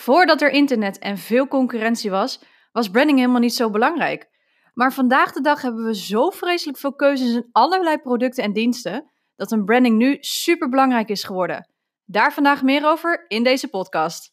Voordat er internet en veel concurrentie was branding helemaal niet zo belangrijk. Maar vandaag de dag hebben we zo vreselijk veel keuzes in allerlei producten en diensten, dat een branding nu super belangrijk is geworden. Daar vandaag meer over in deze podcast.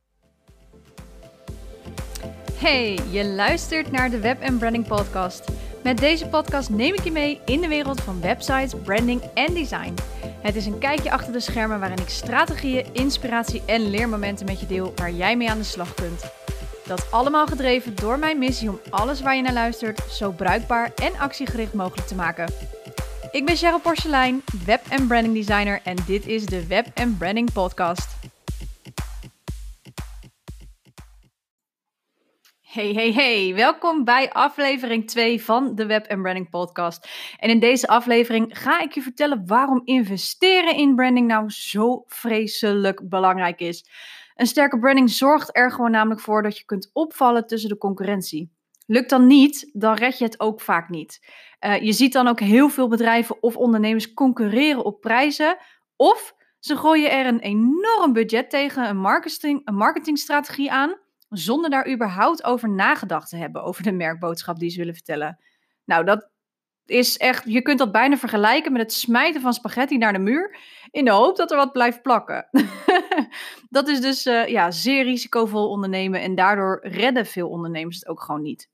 Hey, je luistert naar de Web & Branding Podcast. Met deze podcast neem ik je mee in de wereld van websites, branding en design. Het is een kijkje achter de schermen waarin ik strategieën, inspiratie en leermomenten met je deel waar jij mee aan de slag kunt. Dat allemaal gedreven door mijn missie om alles waar je naar luistert zo bruikbaar en actiegericht mogelijk te maken. Ik ben Cheryl Porcelein, web- en branding designer en dit is de Web & Branding Podcast. Hey, welkom bij aflevering 2 van de Web & Branding Podcast. En in deze aflevering ga ik je vertellen waarom investeren in branding nou zo vreselijk belangrijk is. Een sterke branding zorgt er gewoon namelijk voor dat je kunt opvallen tussen de concurrentie. Lukt dan niet, dan red je het ook vaak niet. Je ziet dan ook heel veel bedrijven of ondernemers concurreren op prijzen of ze gooien er een enorm budget tegen een marketingstrategie aan, zonder daar überhaupt over nagedacht te hebben, over de merkboodschap die ze willen vertellen. Nou, dat is echt, je kunt dat bijna vergelijken met het smijten van spaghetti naar de muur, in de hoop dat er wat blijft plakken. Dat is dus zeer risicovol ondernemen en daardoor redden veel ondernemers het ook gewoon niet.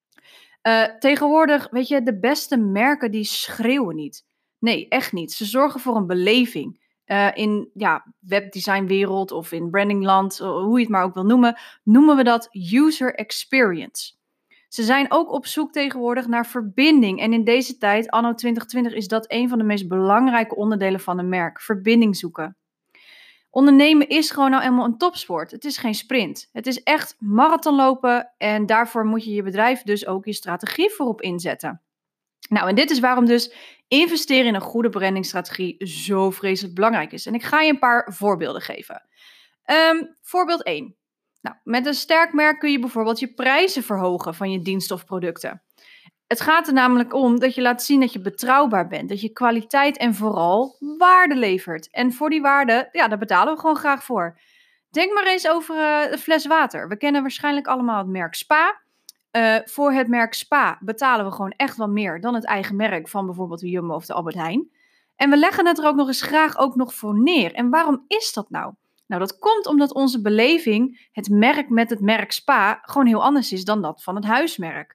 Tegenwoordig, weet je, de beste merken die schreeuwen niet. Nee, echt niet. Ze zorgen voor een beleving. In webdesignwereld of in brandingland, hoe je het maar ook wil noemen, noemen we dat user experience. Ze zijn ook op zoek tegenwoordig naar verbinding. En in deze tijd, anno 2020, is dat een van de meest belangrijke onderdelen van een merk. Verbinding zoeken. Ondernemen is gewoon nou eenmaal een topsport. Het is geen sprint. Het is echt marathonlopen en daarvoor moet je je bedrijf dus ook je strategie voorop inzetten. Nou, en dit is waarom dus investeren in een goede brandingstrategie zo vreselijk belangrijk is. En ik ga je een paar voorbeelden geven. Voorbeeld 1. Nou, met een sterk merk kun je bijvoorbeeld je prijzen verhogen van je diensten of producten. Het gaat er namelijk om dat je laat zien dat je betrouwbaar bent, dat je kwaliteit en vooral waarde levert. En voor die waarde, daar betalen we gewoon graag voor. Denk maar eens over een fles water. We kennen waarschijnlijk allemaal het merk Spa. Voor het merk Spa betalen we gewoon echt wel meer dan het eigen merk van bijvoorbeeld de Jumbo of de Albert Heijn. En we leggen het er ook nog eens graag ook nog voor neer. En waarom is dat nou? Nou, dat komt omdat onze beleving, het merk met het merk Spa, gewoon heel anders is dan dat van het huismerk.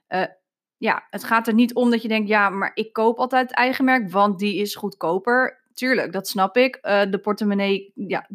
Het gaat er niet om dat je denkt, maar ik koop altijd het eigen merk, want die is goedkoper. Tuurlijk, dat snap ik. De portemonnee,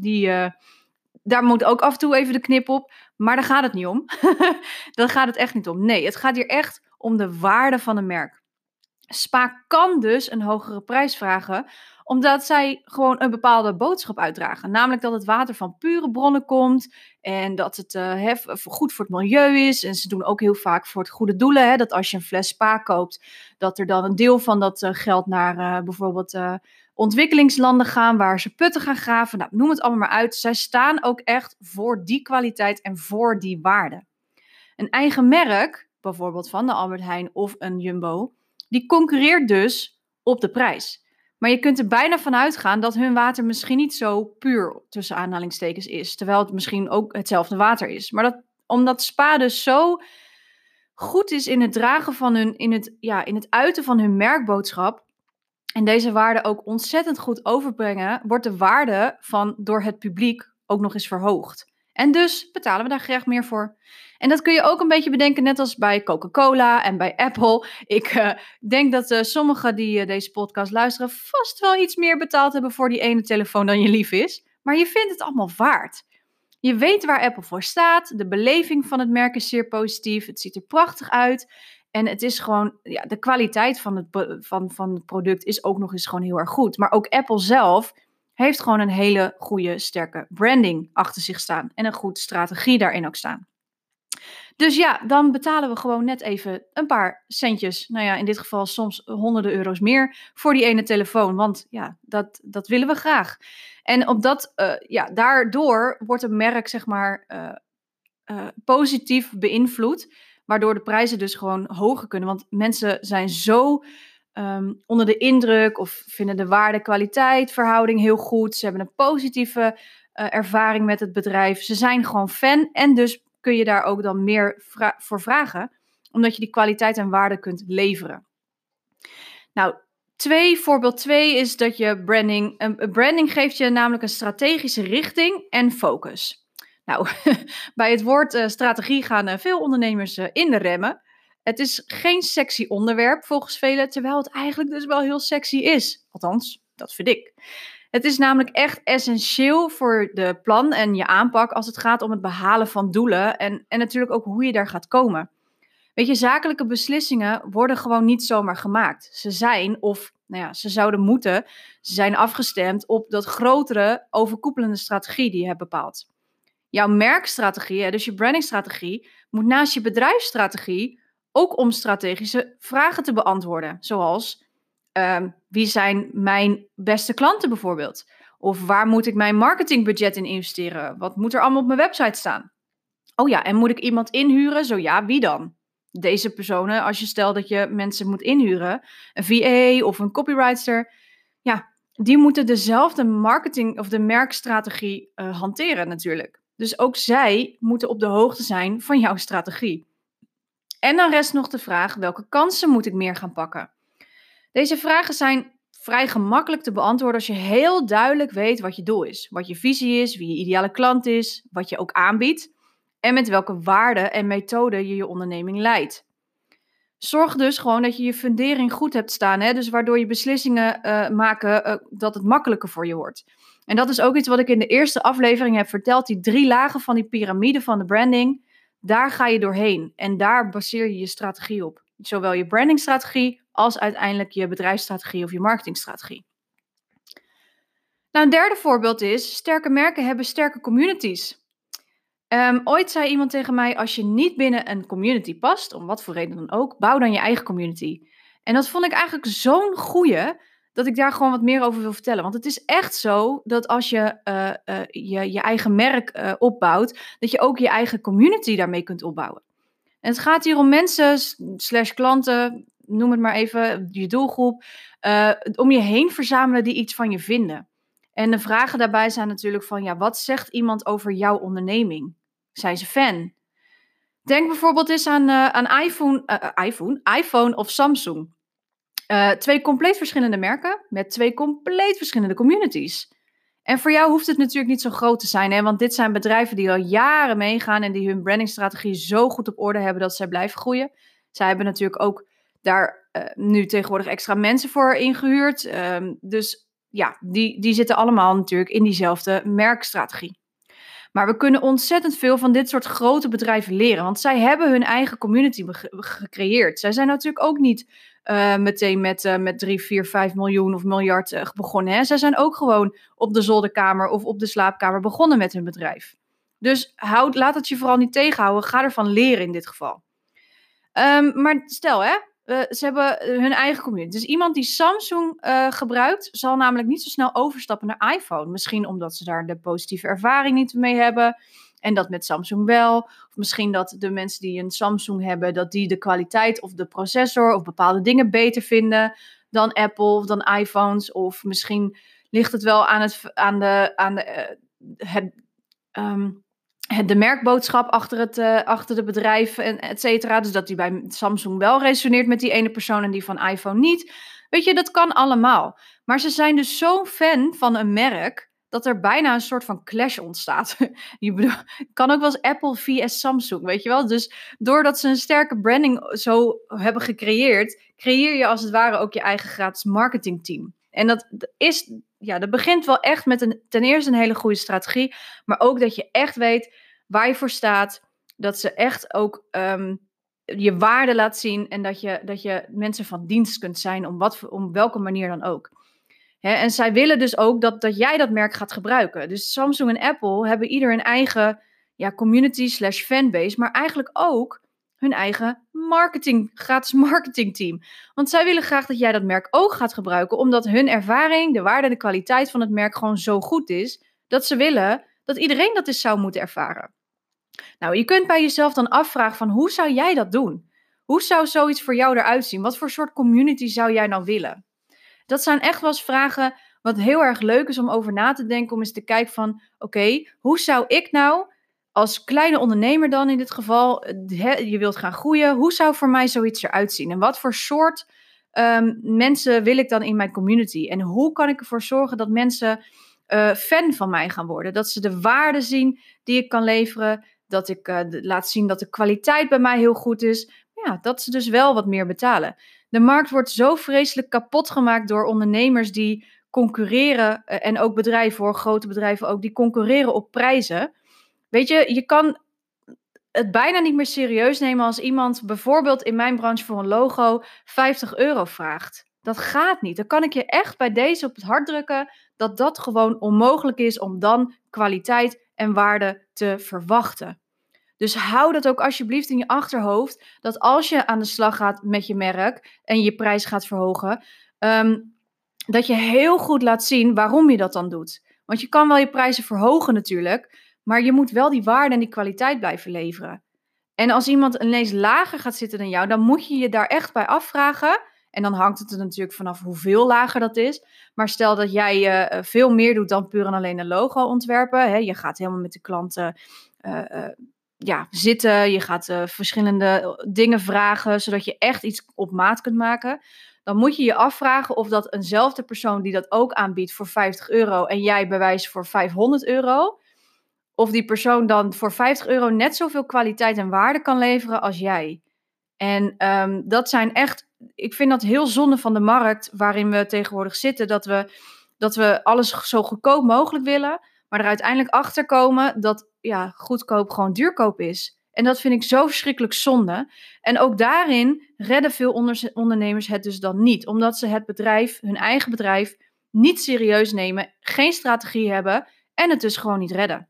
daar moet ook af en toe even de knip op. Maar daar gaat het niet om. Daar gaat het echt niet om. Nee, het gaat hier echt om de waarde van een merk. Spa kan dus een hogere prijs vragen, omdat zij gewoon een bepaalde boodschap uitdragen. Namelijk dat het water van pure bronnen komt en dat het goed voor het milieu is. En ze doen ook heel vaak voor het goede doelen. Hè, dat als je een fles Spa koopt, dat er dan een deel van dat geld naar bijvoorbeeld ontwikkelingslanden gaan, waar ze putten gaan graven. Nou, noem het allemaal maar uit. Zij staan ook echt voor die kwaliteit en voor die waarde. Een eigen merk, bijvoorbeeld van de Albert Heijn of een Jumbo, die concurreert dus op de prijs. Maar je kunt er bijna van uitgaan dat hun water misschien niet zo puur tussen aanhalingstekens is. Terwijl het misschien ook hetzelfde water is. Maar omdat Spa dus zo goed is in het dragen van in het uiten van hun merkboodschap. En deze waarde ook ontzettend goed overbrengen, wordt de waarde door het publiek ook nog eens verhoogd. En dus betalen we daar graag meer voor. En dat kun je ook een beetje bedenken, net als bij Coca-Cola en bij Apple. Ik denk dat sommigen die deze podcast luisteren vast wel iets meer betaald hebben voor die ene telefoon dan je lief is. Maar je vindt het allemaal waard. Je weet waar Apple voor staat. De beleving van het merk is zeer positief. Het ziet er prachtig uit. En het is gewoon, de kwaliteit van het product is ook nog eens gewoon heel erg goed. Maar ook Apple zelf heeft gewoon een hele goede, sterke branding achter zich staan. En een goede strategie daarin ook staan. Dus dan betalen we gewoon net even een paar centjes. Nou ja, in dit geval soms honderden euro's meer voor die ene telefoon. Want dat willen we graag. En daardoor wordt een merk, zeg maar, positief beïnvloed. Waardoor de prijzen dus gewoon hoger kunnen. Want mensen zijn zo onder de indruk of vinden de waarde-kwaliteit verhouding heel goed. Ze hebben een positieve ervaring met het bedrijf. Ze zijn gewoon fan en dus kun je daar ook dan meer voor vragen, omdat je die kwaliteit en waarde kunt leveren. Nou, voorbeeld 2 is dat je branding geeft je namelijk een strategische richting en focus. Nou, bij het woord strategie gaan veel ondernemers in de remmen. Het is geen sexy onderwerp volgens velen, terwijl het eigenlijk dus wel heel sexy is. Althans, dat vind ik. Het is namelijk echt essentieel voor de plan en je aanpak als het gaat om het behalen van doelen en natuurlijk ook hoe je daar gaat komen. Weet je, zakelijke beslissingen worden gewoon niet zomaar gemaakt. Ze zijn, ze zouden moeten, ze zijn afgestemd op dat grotere, overkoepelende strategie die je hebt bepaald. Jouw merkstrategie, dus je brandingstrategie, moet naast je bedrijfsstrategie ook om strategische vragen te beantwoorden. Zoals, wie zijn mijn beste klanten bijvoorbeeld? Of waar moet ik mijn marketingbudget in investeren? Wat moet er allemaal op mijn website staan? Oh ja, en moet ik iemand inhuren? Zo ja, wie dan? Deze personen, als je stelt dat je mensen moet inhuren, een VA of een copywriter, ja, die moeten dezelfde marketing of de merkstrategie hanteren natuurlijk. Dus ook zij moeten op de hoogte zijn van jouw strategie. En dan rest nog de vraag, welke kansen moet ik meer gaan pakken? Deze vragen zijn vrij gemakkelijk te beantwoorden als je heel duidelijk weet wat je doel is. Wat je visie is, wie je ideale klant is, wat je ook aanbiedt. En met welke waarden en methoden je je onderneming leidt. Zorg dus gewoon dat je je fundering goed hebt staan. Dus waardoor je beslissingen maken dat het makkelijker voor je wordt. En dat is ook iets wat ik in de eerste aflevering heb verteld. Die 3 lagen van die piramide van de branding. Daar ga je doorheen. En daar baseer je je strategie op. Zowel je brandingstrategie als uiteindelijk je bedrijfsstrategie of je marketingstrategie. Nou, een derde voorbeeld is, sterke merken hebben sterke communities. Ooit zei iemand tegen mij, als je niet binnen een community past, om wat voor reden dan ook, bouw dan je eigen community. En dat vond ik eigenlijk zo'n goeie, dat ik daar gewoon wat meer over wil vertellen. Want het is echt zo, dat als je je eigen merk opbouwt, dat je ook je eigen community daarmee kunt opbouwen. En het gaat hier om mensen, /klanten, noem het maar even, je doelgroep, om je heen verzamelen die iets van je vinden. En de vragen daarbij zijn natuurlijk van, ja, wat zegt iemand over jouw onderneming? Zijn ze fan? Denk bijvoorbeeld eens aan iPhone of Samsung. 2 compleet verschillende merken met 2 compleet verschillende communities. En voor jou hoeft het natuurlijk niet zo groot te zijn, want dit zijn bedrijven die al jaren meegaan en die hun brandingstrategie zo goed op orde hebben dat zij blijven groeien. Zij hebben natuurlijk ook daar nu tegenwoordig extra mensen voor ingehuurd. Dus ja, die zitten allemaal natuurlijk in diezelfde merkstrategie. Maar we kunnen ontzettend veel van dit soort grote bedrijven leren, want zij hebben hun eigen community gecreëerd. Zij zijn natuurlijk ook niet meteen met 3, 4, 5 miljoen of miljard begonnen. Hè? Zij zijn ook gewoon op de zolderkamer of op de slaapkamer begonnen met hun bedrijf. Dus laat het je vooral niet tegenhouden. Ga ervan leren in dit geval. Maar stel, ze hebben hun eigen community. Dus iemand die Samsung gebruikt, zal namelijk niet zo snel overstappen naar iPhone. Misschien omdat ze daar de positieve ervaring niet mee hebben. En dat met Samsung wel. Of misschien dat de mensen die een Samsung hebben, dat die de kwaliteit of de processor of bepaalde dingen beter vinden dan Apple of dan iPhones. Of misschien ligt het wel aan de merkboodschap achter de bedrijven en et cetera. Dus dat die bij Samsung wel resoneert met die ene persoon en die van iPhone niet. Weet je, dat kan allemaal. Maar ze zijn dus zo'n fan van een merk dat er bijna een soort van clash ontstaat. Kan ook wel eens Apple vs Samsung, weet je wel. Dus doordat ze een sterke branding zo hebben gecreëerd, creëer je als het ware ook je eigen gratis marketingteam. En dat begint wel echt met ten eerste een hele goede strategie, maar ook dat je echt weet waar je voor staat, dat ze echt ook je waarde laat zien en dat je mensen van dienst kunt zijn om welke manier dan ook. En zij willen dus ook dat jij dat merk gaat gebruiken. Dus Samsung en Apple hebben ieder een eigen community / fanbase, maar eigenlijk ook hun eigen gratis marketingteam. Want zij willen graag dat jij dat merk ook gaat gebruiken, omdat hun ervaring, de waarde en de kwaliteit van het merk gewoon zo goed is, dat ze willen dat iedereen dat eens zou moeten ervaren. Nou, je kunt bij jezelf dan afvragen van, hoe zou jij dat doen? Hoe zou zoiets voor jou eruit zien? Wat voor soort community zou jij nou willen? Dat zijn echt wel eens vragen wat heel erg leuk is om over na te denken, om eens te kijken van, oké, hoe zou ik nou als kleine ondernemer dan in dit geval, je wilt gaan groeien, hoe zou voor mij zoiets eruit zien? En wat voor soort mensen wil ik dan in mijn community? En hoe kan ik ervoor zorgen dat mensen fan van mij gaan worden? Dat ze de waarde zien die ik kan leveren, dat ik laat zien dat de kwaliteit bij mij heel goed is. Ja, dat ze dus wel wat meer betalen. De markt wordt zo vreselijk kapot gemaakt door ondernemers die concurreren, en ook bedrijven hoor, grote bedrijven ook, die concurreren op prijzen. Weet je kan het bijna niet meer serieus nemen als iemand bijvoorbeeld in mijn branche voor een logo €50 vraagt. Dat gaat niet. Dan kan ik je echt bij deze op het hart drukken dat dat gewoon onmogelijk is om dan kwaliteit en waarde te verwachten. Dus hou dat ook alsjeblieft in je achterhoofd, dat als je aan de slag gaat met je merk en je prijs gaat verhogen, dat je heel goed laat zien waarom je dat dan doet. Want je kan wel je prijzen verhogen natuurlijk, maar je moet wel die waarde en die kwaliteit blijven leveren. En als iemand ineens lager gaat zitten dan jou, dan moet je je daar echt bij afvragen. En dan hangt het er natuurlijk vanaf hoeveel lager dat is. Maar stel dat jij veel meer doet dan puur en alleen een logo ontwerpen. Hè, je gaat helemaal met de klanten zitten. Je gaat verschillende dingen vragen, zodat je echt iets op maat kunt maken. Dan moet je je afvragen of dat eenzelfde persoon die dat ook aanbiedt voor €50 en jij bij wijze voor €500, of die persoon dan voor €50 net zoveel kwaliteit en waarde kan leveren als jij. En dat zijn echt, ik vind dat heel zonde van de markt waarin we tegenwoordig zitten, dat we alles zo goedkoop mogelijk willen, maar er uiteindelijk achter komen dat goedkoop gewoon duurkoop is. En dat vind ik zo verschrikkelijk zonde. En ook daarin redden veel ondernemers het dus dan niet, omdat ze het bedrijf, hun eigen bedrijf, niet serieus nemen, geen strategie hebben en het dus gewoon niet redden.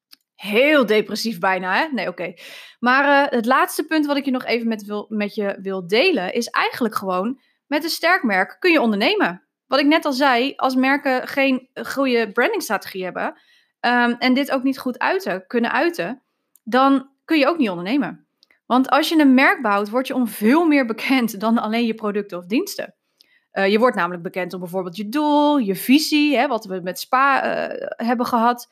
Heel depressief bijna, hè? Nee, oké. Maar het laatste punt wat ik je nog even met je wil delen, is eigenlijk gewoon, met een sterk merk kun je ondernemen. Wat ik net al zei, als merken geen goede brandingstrategie hebben, en dit ook niet goed kunnen uiten, dan kun je ook niet ondernemen. Want als je een merk bouwt, word je om veel meer bekend dan alleen je producten of diensten. Je wordt namelijk bekend om bijvoorbeeld je doel, je visie, hè, wat we met Spa hebben gehad.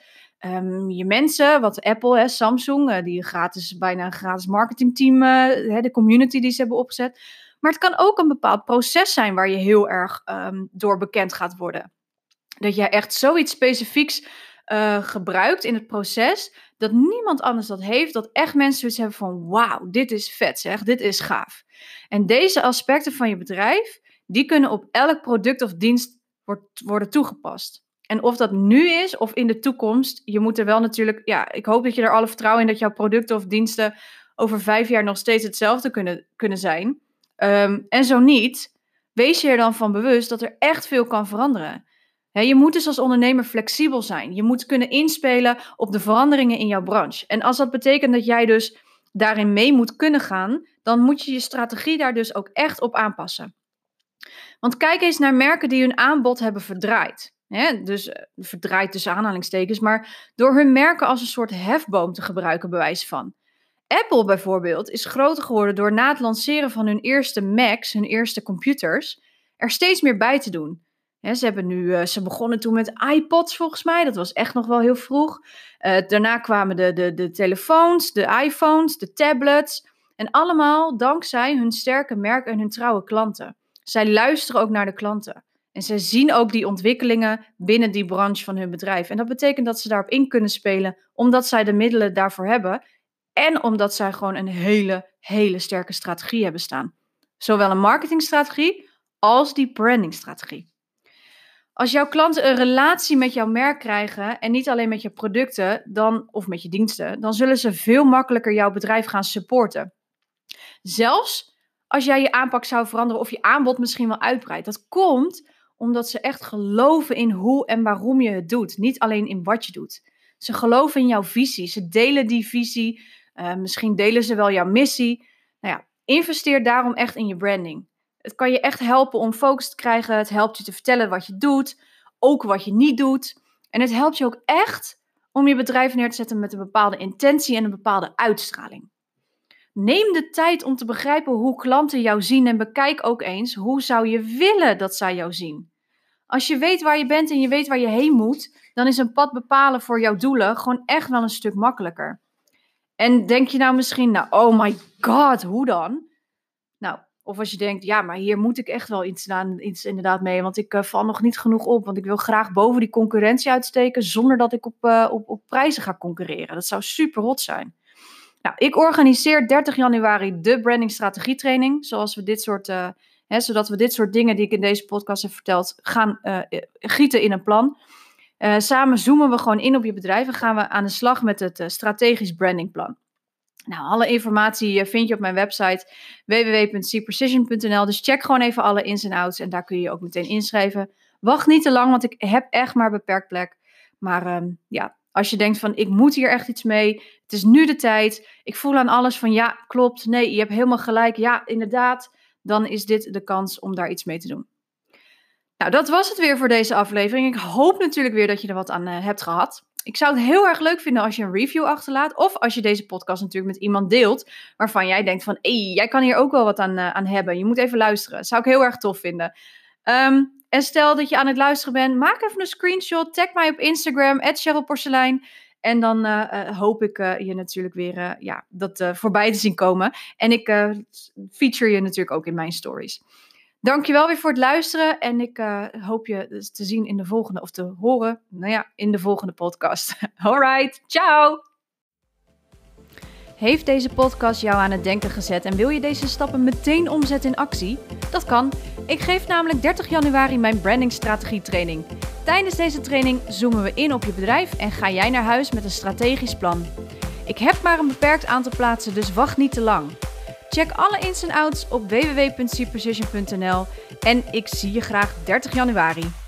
Je mensen, wat Apple, Samsung, die bijna een gratis marketingteam, de community die ze hebben opgezet. Maar het kan ook een bepaald proces zijn waar je heel erg door bekend gaat worden. Dat jij echt zoiets specifieks gebruikt in het proces, dat niemand anders dat heeft, dat echt mensen zoiets hebben van, wauw, dit is vet zeg, dit is gaaf. En deze aspecten van je bedrijf, die kunnen op elk product of dienst worden toegepast. En of dat nu is of in de toekomst, je moet er wel natuurlijk, ik hoop dat je er alle vertrouwen in dat jouw producten of diensten over 5 jaar nog steeds hetzelfde kunnen zijn. En zo niet, wees je er dan van bewust dat er echt veel kan veranderen. Je moet dus als ondernemer flexibel zijn. Je moet kunnen inspelen op de veranderingen in jouw branche. En als dat betekent dat jij dus daarin mee moet kunnen gaan, dan moet je je strategie daar dus ook echt op aanpassen. Want kijk eens naar merken die hun aanbod hebben verdraaid. Dus verdraaid tussen aanhalingstekens, maar door hun merken als een soort hefboom te gebruiken, bij wijze van. Apple bijvoorbeeld is groter geworden door na het lanceren van hun eerste Macs, hun eerste computers, er steeds meer bij te doen. Ze begonnen toen met iPods volgens mij, dat was echt nog wel heel vroeg. Daarna kwamen de telefoons, de iPhones, de tablets. En allemaal dankzij hun sterke merk en hun trouwe klanten. Zij luisteren ook naar de klanten. En zij zien ook die ontwikkelingen binnen die branche van hun bedrijf. En dat betekent dat ze daarop in kunnen spelen, omdat zij de middelen daarvoor hebben. En omdat zij gewoon een hele, hele sterke strategie hebben staan. Zowel een marketingstrategie als die brandingstrategie. Als jouw klanten een relatie met jouw merk krijgen en niet alleen met je producten of met je diensten, dan zullen ze veel makkelijker jouw bedrijf gaan supporten. Zelfs als jij je aanpak zou veranderen of je aanbod misschien wel uitbreidt. Dat komt omdat ze echt geloven in hoe en waarom je het doet. Niet alleen in wat je doet. Ze geloven in jouw visie. Ze delen die visie. Misschien delen ze wel jouw missie. Investeer daarom echt in je branding. Het kan je echt helpen om focus te krijgen. Het helpt je te vertellen wat je doet. Ook wat je niet doet. En het helpt je ook echt om je bedrijf neer te zetten met een bepaalde intentie en een bepaalde uitstraling. Neem de tijd om te begrijpen hoe klanten jou zien en bekijk ook eens hoe zou je willen dat zij jou zien. Als je weet waar je bent en je weet waar je heen moet, dan is een pad bepalen voor jouw doelen gewoon echt wel een stuk makkelijker. En denk je nou misschien, nou, oh my god, hoe dan? Nou, of als je denkt, ja, maar hier moet ik echt wel iets inderdaad mee, want ik val nog niet genoeg op, want ik wil graag boven die concurrentie uitsteken zonder dat ik op prijzen ga concurreren. Dat zou super hot zijn. Nou, ik organiseer 30 januari de branding strategietraining, zodat we dit soort dingen die ik in deze podcast heb verteld gaan gieten in een plan. Samen zoomen we gewoon in op je bedrijf en gaan we aan de slag met het strategisch brandingplan. Nou, alle informatie vind je op mijn website www.cprecision.nl. Dus check gewoon even alle ins en outs en daar kun je je ook meteen inschrijven. Wacht niet te lang, want ik heb echt maar beperkt plek. Maar als je denkt van ik moet hier echt iets mee, het is nu de tijd. Ik voel aan alles van ja, klopt, nee, je hebt helemaal gelijk. Ja, inderdaad, dan is dit de kans om daar iets mee te doen. Nou, dat was het weer voor deze aflevering. Ik hoop natuurlijk weer dat je er wat aan hebt gehad. Ik zou het heel erg leuk vinden als je een review achterlaat. Of als je deze podcast natuurlijk met iemand deelt waarvan jij denkt van, jij kan hier ook wel wat aan hebben. Je moet even luisteren. Dat zou ik heel erg tof vinden. En stel dat je aan het luisteren bent, maak even een screenshot. Tag mij op Instagram, @CherylPorcelein. En dan hoop ik je natuurlijk weer dat voorbij te zien komen. En ik feature je natuurlijk ook in mijn stories. Dankjewel weer voor het luisteren en ik hoop je te zien in de volgende, of te horen, in de volgende podcast. Alright, ciao! Heeft deze podcast jou aan het denken gezet en wil je deze stappen meteen omzetten in actie? Dat kan. Ik geef namelijk 30 januari mijn brandingstrategie training. Tijdens deze training zoomen we in op je bedrijf en ga jij naar huis met een strategisch plan. Ik heb maar een beperkt aantal plaatsen, dus wacht niet te lang. Check alle ins en outs op www.cprecision.nl en ik zie je graag 30 januari.